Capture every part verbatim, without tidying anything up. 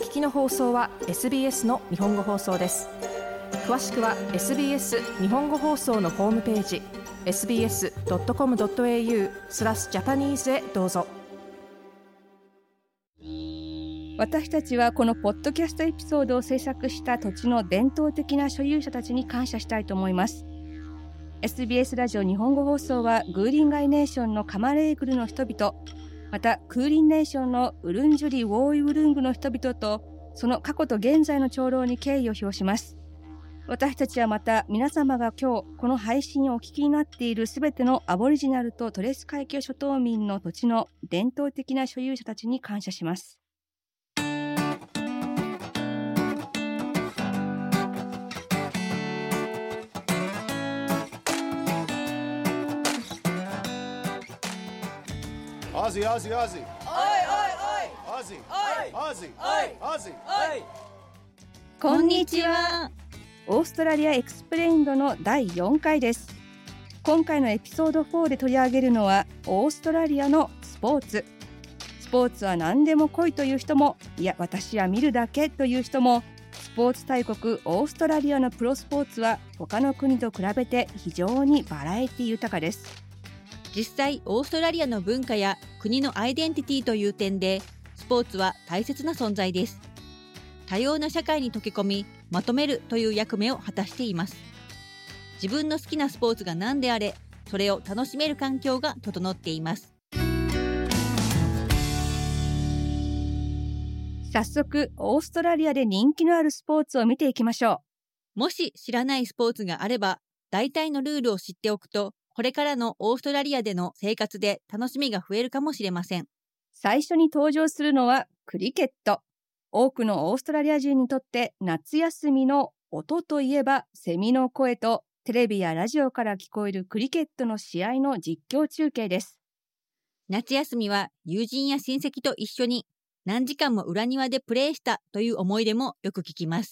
聞きの放送は エスビーエス の日本語放送です。詳しくは エスビーエス 日本語放送のホームページ エスビーエスドットコムドットエーユー スラスジャパニーズへどうぞ。 私たちはこのポッドキャストエピソードを制作した土地の伝統的な所有者たちに感謝したいと思います。 エスビーエス ラジオ日本語放送はグーリンガイネーションのカマレーグルの人々、またクーリンネーションのウルンジュリ・ウォーイウルングの人々とその過去と現在の長老に敬意を表します。私たちはまた皆様が今日この配信をお聞きになっているすべてのアボリジナルとトレス海峡諸島民の土地の伝統的な所有者たちに感謝します。 オズ、オズ、オズ。おいおいおい。オズ、オズ、オズ。 こんにちは。オーストラリアエクスプレインドのだいよんかいです。今回のエピソードフォーで取り上げるのはオーストラリアのスポーツ。スポーツは何でも来いという人も、いや私は見るだけという人も、スポーツ大国オーストラリアのプロスポーツは他の国と比べて非常にバラエティ豊かです。 実際オーストラリアの文化や国のアイデンティティという点でスポーツは大切な存在です。多様な社会に溶け込みまとめるという役目を果たしています。自分の好きなスポーツが何であれそれを楽しめる環境が整っています。 早速オーストラリアで人気のあるスポーツを見ていきましょう。もし知らないスポーツがあれば大体のルールを知っておくとこれからのオーストラリアでの生活で楽しみが増えるかもしれません。 最初に登場するのはクリケット。多くのオーストラリア人にとって夏休みの音といえばセミの声とテレビやラジオから聞こえるクリケットの試合の実況中継です。 夏休みは友人や親戚と一緒に何時間も裏庭でプレーしたという思い出もよく聞きます。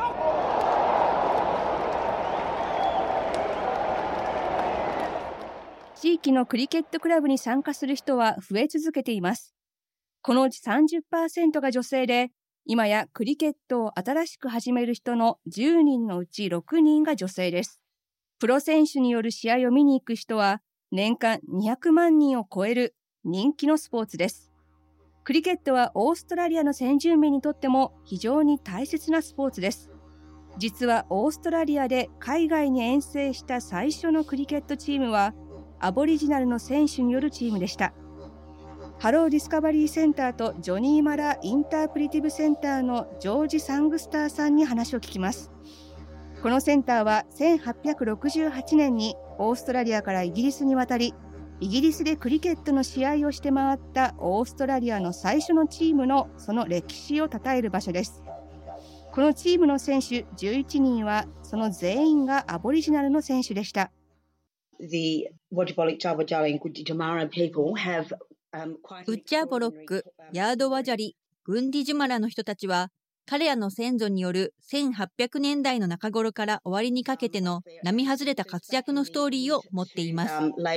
地域のクリケットクラブに参加する人は増え続けています。このうち さんじゅっパーセント が女性で、今やクリケットを新しく始める人のじゅうにんのうちろくにんが女性です。プロ選手による試合を見に行く人は年間にひゃくまんにんを超える人気のスポーツです。クリケットはオーストラリアの先住民にとっても非常に大切なスポーツです。実はオーストラリアで海外に遠征した最初のクリケットチームはアボリジナルの選手によるチームでした。ハローディスカバリーセンターとジョニー・マラ・インタープリティブセンターのジョージ・サングスターさんに話を聞きます。このセンターはせんはっぴゃくろくじゅうはちねんにオーストラリアからイギリスに渡り、イギリスでクリケットの試合をして回ったオーストラリアの最初のチームのその歴史を称える場所です。このチームの選手じゅういちにんはその全員がアボリジナルの選手でした。 The Wajibalik Jawajali and Gunditjmara people have ウッチャーボロック、ヤードワジャリ、グンディジュマラの人たちは彼らの先祖によるせんはっぴゃくねんだいの中頃から終わりにかけての並外れた活躍のストーリーを持っています。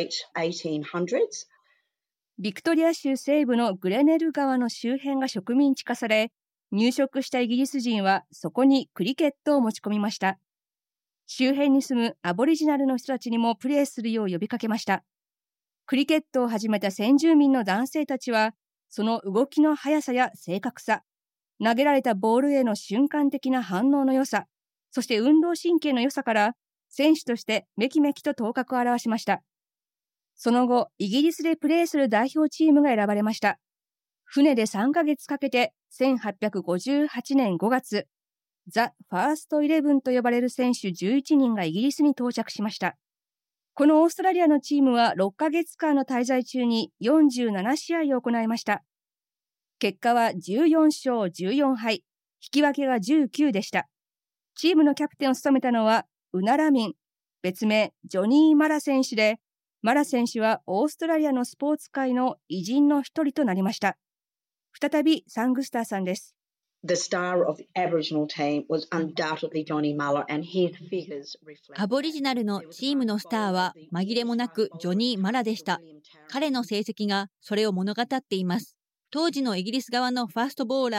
ビクトリア州西部のグレネル川の周辺が植民地化され、入植したイギリス人はそこにクリケットを持ち込みました。周辺に住むアボリジナルの人たちにもプレーするよう呼びかけました。クリケットを始めた先住民の男性たちは、その動きの速さや正確さ、投げられたボールへの瞬間的な反応の良さ、そして運動神経の良さから、選手としてめきめきと頭角を現しました。その後、イギリスでプレーする代表チームが選ばれました。船でさんかげつかけて、せんはっぴゃくごじゅうはちねんごがつ、ザ・ファーストイレブンと呼ばれる選手じゅういちにんがイギリスに到着しました。このオーストラリアのチームはろっかげつかんの滞在中によんじゅうななしあいを行いました。結果はじゅうよんしょうじゅうよんはい、引き分けがじゅうきゅうでした。チームのキャプテンを務めたのはウナラミン、別名ジョニー・マラ選手で、マラ選手はオーストラリアのスポーツ界の偉人の一人となりました。再びサングスターさんです。 The star of the Aboriginal team was undoubtedly Johnny Muller and his figures reflect. アボリジナルのチームのスターは紛れもなくジョニー・マラでした。彼の成績がそれを物語っています。当時のイギリス側のファーストボーラーは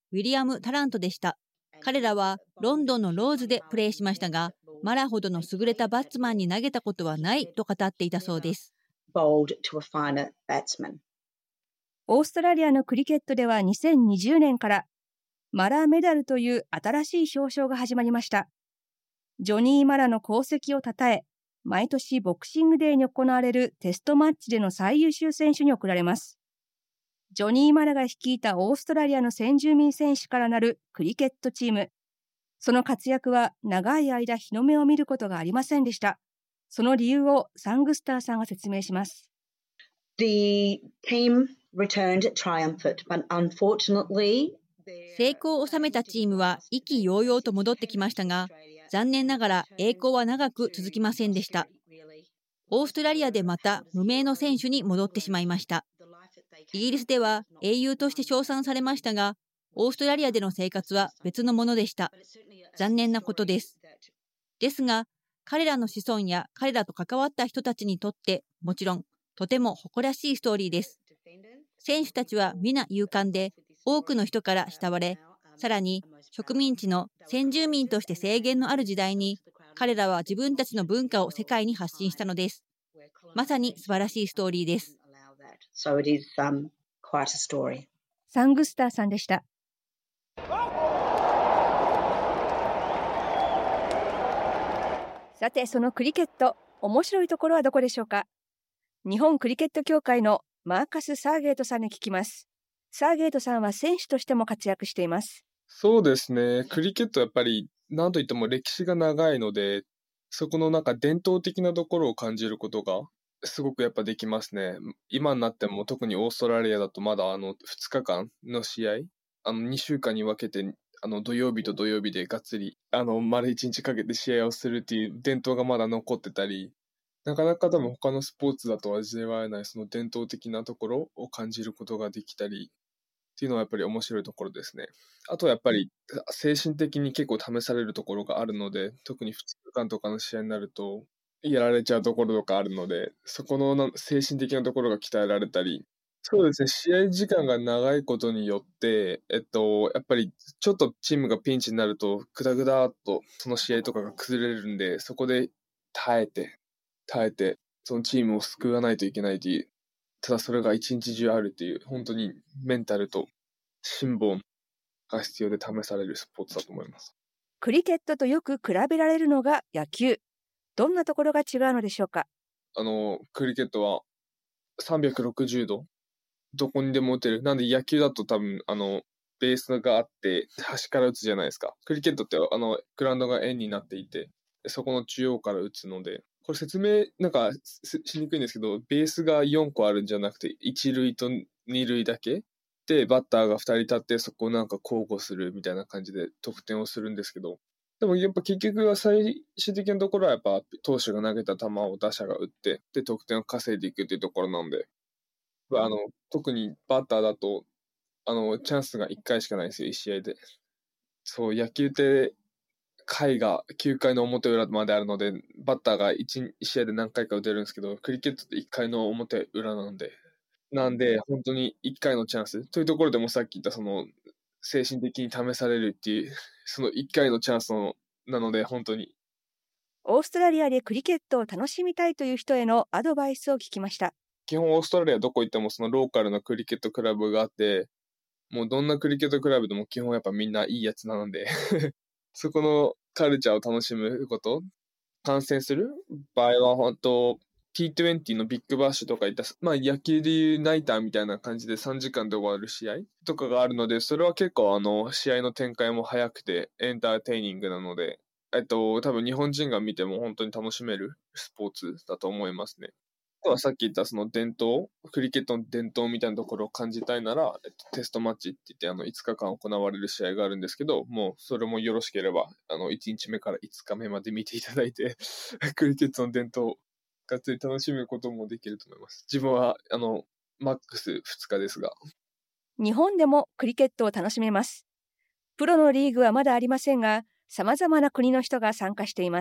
ウィリアム・タラントでした。彼らはロンドンのローズでプレーしましたが、マラほどの優れたバッツマンに投げたことはないと語っていたそうです。 ボールと a finer batsman。 オーストラリアのクリケットではにせんにじゅうねんからマラーメダルという新しい表彰が始まりました。ジョニー・マラの功績をたたえ、毎年ボクシングデーに行われるテストマッチでの最優秀選手に贈られます。ジョニー・マラが率いたオーストラリアの先住民選手からなるクリケットチーム。その活躍は長い間日の目を見ることがありませんでした。その理由をサングスターさんが説明します。 The team returned triumphant, but unfortunately 成功を収めたチームは意気揚々と戻ってきましたが、残念ながら栄光は長く続きませんでした。オーストラリアでまた無名の選手に戻ってしまいました。イギリスでは英雄として称賛されましたが、オーストラリアでの生活は別のものでした。残念なことです。ですが、彼らの子孫や彼らと関わった人たちにとってもちろんとても誇らしいストーリーです。選手たちは皆勇敢で多くの人から慕われ、さらに植民地の先住民として制限のある時代に彼らは自分たちの文化を世界に発信したのです。まさに素晴らしいストーリーです。 So it is, um, quite a story. サングスターさんでした。さて、そのクリケット、面白いところはどこでしょうか。日本クリケット協会のマーカス・サーゲートさんに聞きます。サーゲートさんは選手としても活躍しています。 そうですね。クリケットやっぱり何といっても歴史が長いので、そこのなんか伝統的なところを感じることがすごくやっぱできますね。今になっても特にオーストラリアだとまだあのふつかかんの試合、あのにしゅうかんに分けてあの土曜日と土曜日でがっつりあの丸いちにちかけて試合をするっていう伝統がまだ残ってたり、なかなか多分他のスポーツだと味わえないその伝統的なところを感じることができたりっていうのはやっぱり面白いところですね。あとはやっぱり精神的に結構試されるところがあるので、特にふつかかんとかの試合になるとやられちゃうところとかあるので、そこのな精神的なところが鍛えられたり、そうですね、試合時間が長いことによって、えっと、やっぱりちょっとチームがピンチになると、ぐだぐだっとその試合とかが崩れるんで、そこで耐えて、耐えて、そのチームを救わないといけないという、ただそれが一日中あるっていう、本当にメンタルと辛抱が必要で試されるスポーツだと思います。 クリケットとよく比べられるのが野球。どんなところが違うのでしょうか。 あの、クリケットはさんびゃくろくじゅうど、どこにでも打てる。なんで野球だと多分、あの、ベースがあって、端から打つじゃないですか。クリケットって、あの、グラウンドが円になっていて、そこの中央から打つので、これ説明、なんかしにくいんですけど、ベースがよんこあるんじゃなくて、いち塁とに塁だけで、バッターがふたり立って、そこをなんか交互するみたいな感じで得点をするんですけど、でもやっぱ結局は最終的なところはやっぱ投手が投げた球を打者が打って、で、得点を稼いでいくっていうところなので、あの、特にバッターだと、あの、チャンスがいっかいしかないんですよ、いち試合で。そう、野球って、回がきゅうかいの表裏まであるので、バッターが 1, 1試合で何回か打てるんですけど、クリケットっていっかいの表裏なんで、なんで、本当にいっかいのチャンス。というところでもさっき言ったその、精神的に試されるっていう、そのいっかいのチャンスのなので、本当に。 オーストラリアでクリケットを楽しみたいという人へのアドバイスを聞きました。 基本オーストラリアどこ行ってもそのローカルのクリケットクラブがあって、もうどんなクリケットクラブでも基本やっぱみんないいやつなので、そこのカルチャーを楽しむこと、観戦する場合は本当、ティートゥエンティー のビッグバッシュとかいった、まあ野球でいうナイターみたいな感じでさんじかんで終わる試合とかがあるので、それは結構あの、試合の展開も早くてエンターテイニングなので、えっと、多分日本人が見ても本当に楽しめるスポーツだと思いますね。あとはさっき言ったその伝統、クリケットの伝統みたいなところを感じたいなら、えっと、テストマッチって言ってあのいつかかん行われる試合があるんですけど、もうそれもよろしければあのいちにちめからいつかめまで見ていただいて、クリケットの伝統をがっつり楽しむこともできると思います。自分はあのマックスふつかですが。 日本でもクリケットを楽しめます。プロのリーグはまだありませんが、様々な国の人が参加しています。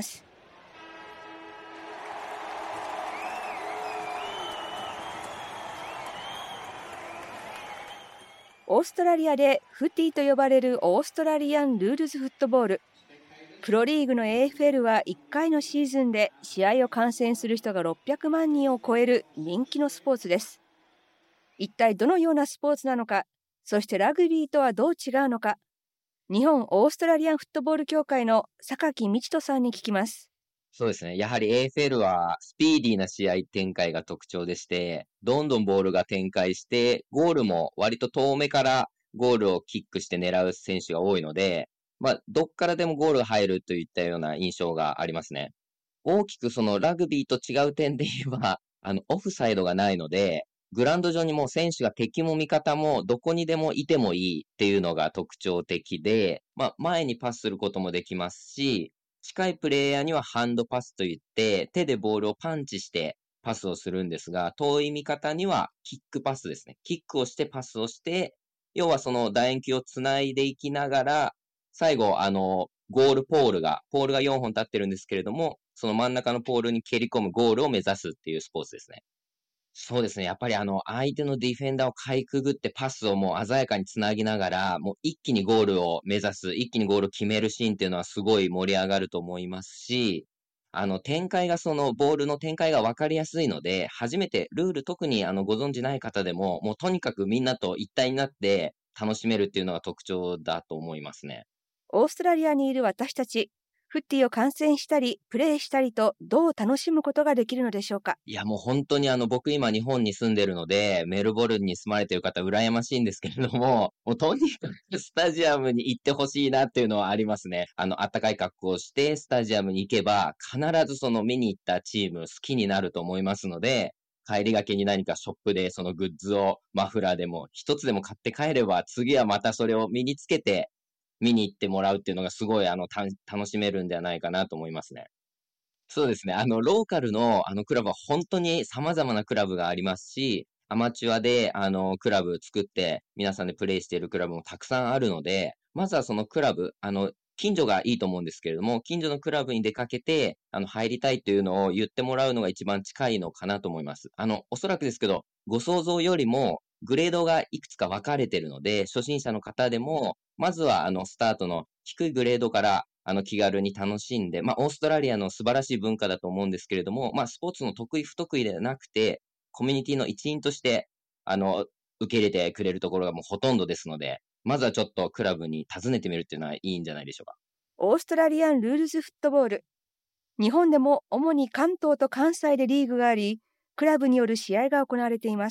オーストラリアでフティと呼ばれるオーストラリアンルールズフットボール。プロリーグの エーエフエル はいっかいのシーズンで試合を観戦する人がろっぴゃくまんにんを超える人気のスポーツです。一体どのようなスポーツなのか、そしてラグビーとはどう違うのか、日本オーストラリアンフットボール協会の榊道人さんに聞きます。 そうですね。やはり エーエフエル はスピーディーな試合展開が特徴でして、どんどんボールが展開して、ゴールも割と遠目からゴールをキックして狙う選手が多いので、まあ、どっからでもゴールが入るといったような印象がありますね。大きくそのラグビーと違う点で言えば、あの、オフサイドがないので、グラウンド上にもう選手が敵も味方もどこにでもいてもいいっていうのが特徴的で、まあ、前にパスすることもできますし、近いプレイヤーにはハンドパスといって、手でボールをパンチしてパスをするんですが、遠い味方にはキックパスですね。キックをしてパスをして、要はその楕円形をつないでいきながら、最後、あの、ゴールポールが、ポールがよんほん立ってるんですけれども、その真ん中のポールに蹴り込むゴールを目指すっていうスポーツですね。そうですね。やっぱりあの、相手のディフェンダーをかいくぐってパスをもう鮮やかにつなぎながら、もう一気にゴールを目指す、一気にゴールを決めるシーンっていうのはすごい盛り上がると思いますし、あの、展開がその、ボールの展開が分かりやすいので、初めてルール特にあの、ご存知ない方でも、もうとにかくみんなと一体になって楽しめるっていうのが特徴だと思いますね。 オーストラリアにいる私たち、フッティを観戦したり、プレーしたりと、どう楽しむことができるのでしょうか。 いや、もう本当にあの、僕今日本に住んでるので、メルボルンに住まれてる方羨ましいんですけれども、もうとにかくスタジアムに行ってほしいなっていうのはありますね。あの、暖かい格好をしてスタジアムに行けば、必ずその見に行ったチーム好きになると思いますので、帰りがけに何かショップでそのグッズをマフラーでも一つでも買って帰れば、次はまたそれを身につけて、見に行ってもらうっていうのがすごいあの楽しめるんではないかなと思いますね。そうですね。あの、ローカルのあのクラブは本当に様々なクラブがありますし、アマチュアであのクラブ作って皆さんでプレイしているクラブもたくさんあるので、まずはそのクラブ、あの、近所がいいと思うんですけれども、近所のクラブに出かけて、あの、入りたいというのを言ってもらうのが一番近いのかなと思います。あの、おそらくですけど、ご想像よりもグレードがいくつか分かれているので、初心者の方でも、まずはあのスタートの低いグレードからあの気軽に楽しんで、まあオーストラリアの素晴らしい文化だと思うんですけれども、まあスポーツの得意不得意ではなくて、コミュニティの一員としてあの受け入れてくれるところがもうほとんどですので、まずはちょっとクラブに訪ねてみるっていうのはいいんじゃないでしょうか。 オーストラリアンルールズフットボール。日本でも主に関東と関西でリーグがあり、クラブによる試合が行われています。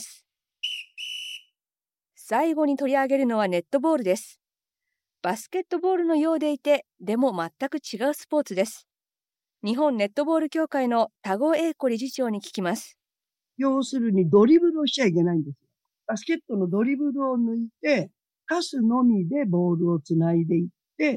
最後に取り上げるのはネットボールです。バスケットボールのようでいて、でも全く違うスポーツです。日本ネットボール協会の田子英子理事長に聞きます。 要するにドリブルをしちゃいけないんですよ。バスケットのドリブルを抜いて、パスのみでボールをつないでいって、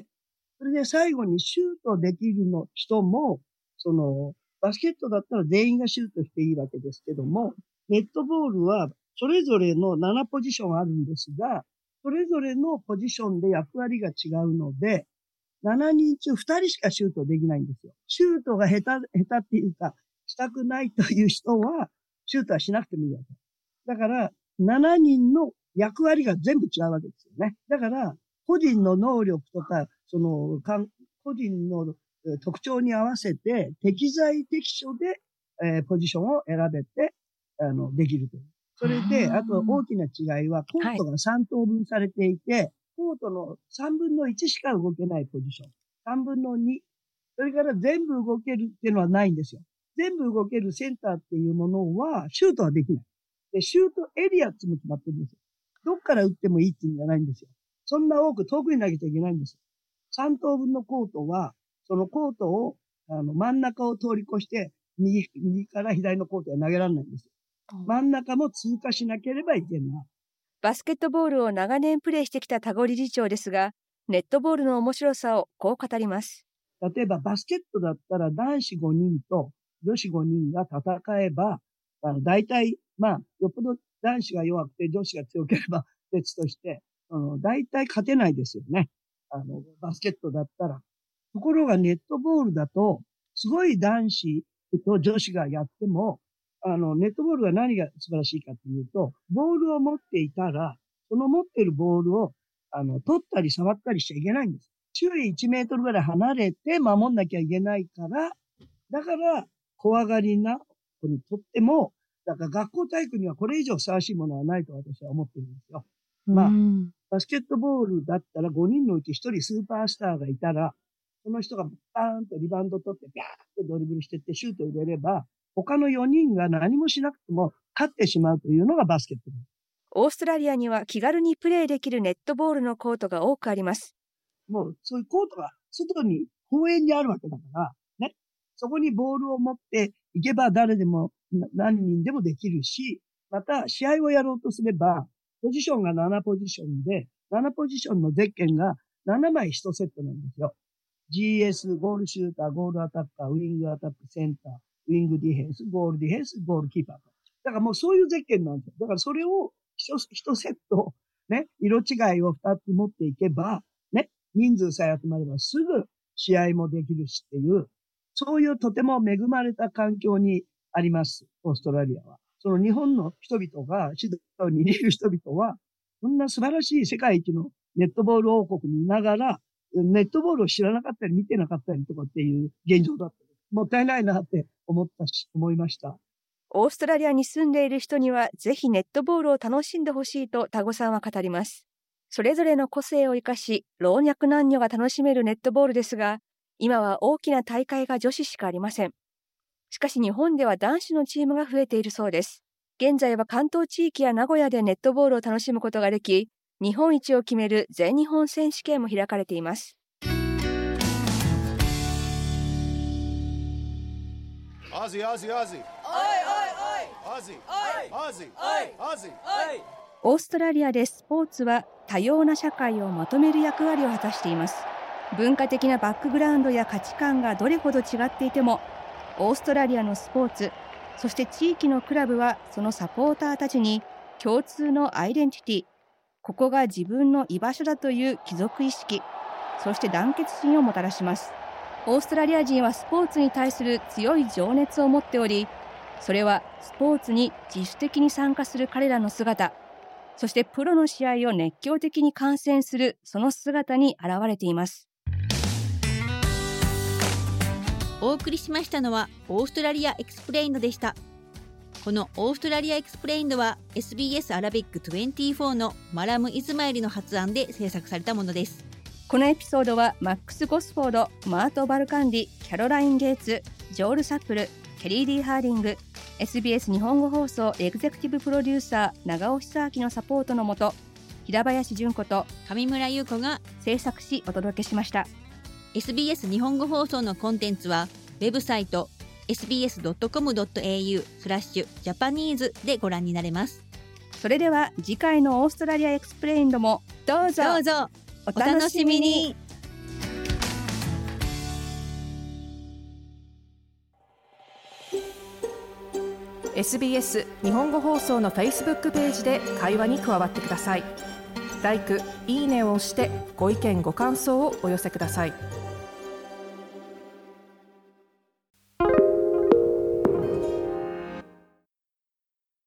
それで最後にシュートできるの人も、その、バスケットだったら全員がシュートしていいわけですけども、ネットボールはそれぞれのななポジションあるんですが、それぞれのポジションで役割が違うので、しちにんちゅうふたりしかシュートできないんですよ。シュートが下手、下手っていうか、したくないという人は、シュートはしなくてもいいわけ。だから、しちにんの役割が全部違うわけですよね。だから、個人の能力とか、その、個人の特徴に合わせて、適材適所で、えー、ポジションを選べて、あの、できるという。それで、あと大きな違いは、コートがさん等分されていて、はい、コートのさんぶんのいちしか動けないポジション。さんぶんのに。それから全部動けるっていうのはないんですよ。全部動けるセンターっていうものは、シュートはできない。で、シュートエリアっても決まってるんですよ。どっから打ってもいいっていうんじゃないんですよ。そんな多く遠くに投げちゃいけないんです。さん等分のコートは、そのコートを、あの、真ん中を通り越して、右、右から左のコートは投げられないんですよ。真ん中も通過しなければいけない。 バスケットボールを長年プレーしてきた田子理事長ですが、ネットボールの面白さをこう語ります。 例えばバスケットだったら男子ごにんと女子ごにんが戦えば、あの大体、まあ、よっぽど男子が弱くて女子が強ければ別として、あの大体勝てないですよね。あの、バスケットだったら。ところがネットボールだと、すごい男子と女子がやっても、あの、ネットボールは何が素晴らしいかというと、ボールを持っていたら、 その持ってるボールを、あの、取ったり触ったりしちゃいけないんです。周囲いちメートルぐらい離れて守んなきゃいけないから、だから、怖がりな子にとっても、だから学校体育にはこれ以上ふさわしいものはないと私は思ってるんですよ。まあ、バスケットボールだったらごにんのうちひとりスーパースターがいたら、その人がバーンとリバウンド取って、ビャーってドリブルしてってシュート入れれば、他のよにんが何もしなくても勝ってしまうというのがバスケットボール。 オーストラリアには気軽にプレーできるネットボールのコートが多くあります。 もうそういうコートが外に公園にあるわけだから、ね。そこにボールを持っていけば誰でも何人でもできるし、また試合をやろうとすれば、ポジションがななポジションで、ななポジションのゼッケンがななまいいちセットなんですよ。ジーエス、ゴールシューター、ゴールアタッカー、ウィングアタック、センター、ウィングディフェンス、ゴールディフェンス、ゴールキーパー。だからもうそういうゼッケンなんですよ。だからそれを一セット、ね、色違いを二つ持っていけば、ね、人数さえ集まればすぐ試合もできるしっていう、そういうとても恵まれた環境にあります、オーストラリアは。その日本の人々が、シドニーにいる人々は、そんな素晴らしい世界一のネットボール王国にいながら、ネットボールを知らなかったり見てなかったりとかっていう現状だった。もったいないなって思ったし、思いました。 オーストラリアに住んでいる人にはぜひネットボールを楽しんでほしいと田子さんは語ります。それぞれの個性を生かし、老若男女が楽しめるネットボールですが、今は大きな大会が女子しかありません。しかし日本では男子のチームが増えているそうです。現在は関東地域や名古屋でネットボールを楽しむことができ、日本一を決める全日本選手権も開かれています。 Aussie, Aussie, Aussie. オーストラリアでスポーツは多様な社会をまとめる役割を果たしています。文化的なバックグラウンドや価値観がどれほど違っていても、オーストラリアのスポーツ、そして地域のクラブはそのサポーターたちに共通のアイデンティティ、ここが自分の居場所だという帰属意識、そして団結心をもたらします。オーストラリア人はスポーツに対する強い情熱を持っており、それはスポーツに自主的に参加する彼らの姿、そしてプロの試合を熱狂的に観戦するその姿に現れています。 お送りしましたのはオーストラリアエクスプレインドでした。このオーストラリアエクスプレインドは エスビーエス アラビックにじゅうよんのマラム・イズマイリの発案で制作されたものです。 このエピソードはマックス・ゴスフォード、マート・バルカンディ、キャロライン・ゲイツ、ジョール・サップル、ケリー・ディ・ハーディング、エスビーエス 日本語放送エグゼクティブプロデューサー長尾久明のサポートのもと、平林純子と上村優子が制作しお届けしました。 エスビーエス 日本語放送のコンテンツはウェブサイト エスビーエスドットコムドットエーユー スラッシュジャパニーズでご覧になれます。 それでは次回のオーストラリアエクスプレインドもどうぞどうぞお楽しみに。 エスビーエス 日本語放送の Facebook ページで会話に加わってください。ライク、いいねを押してご意見ご感想をお寄せください。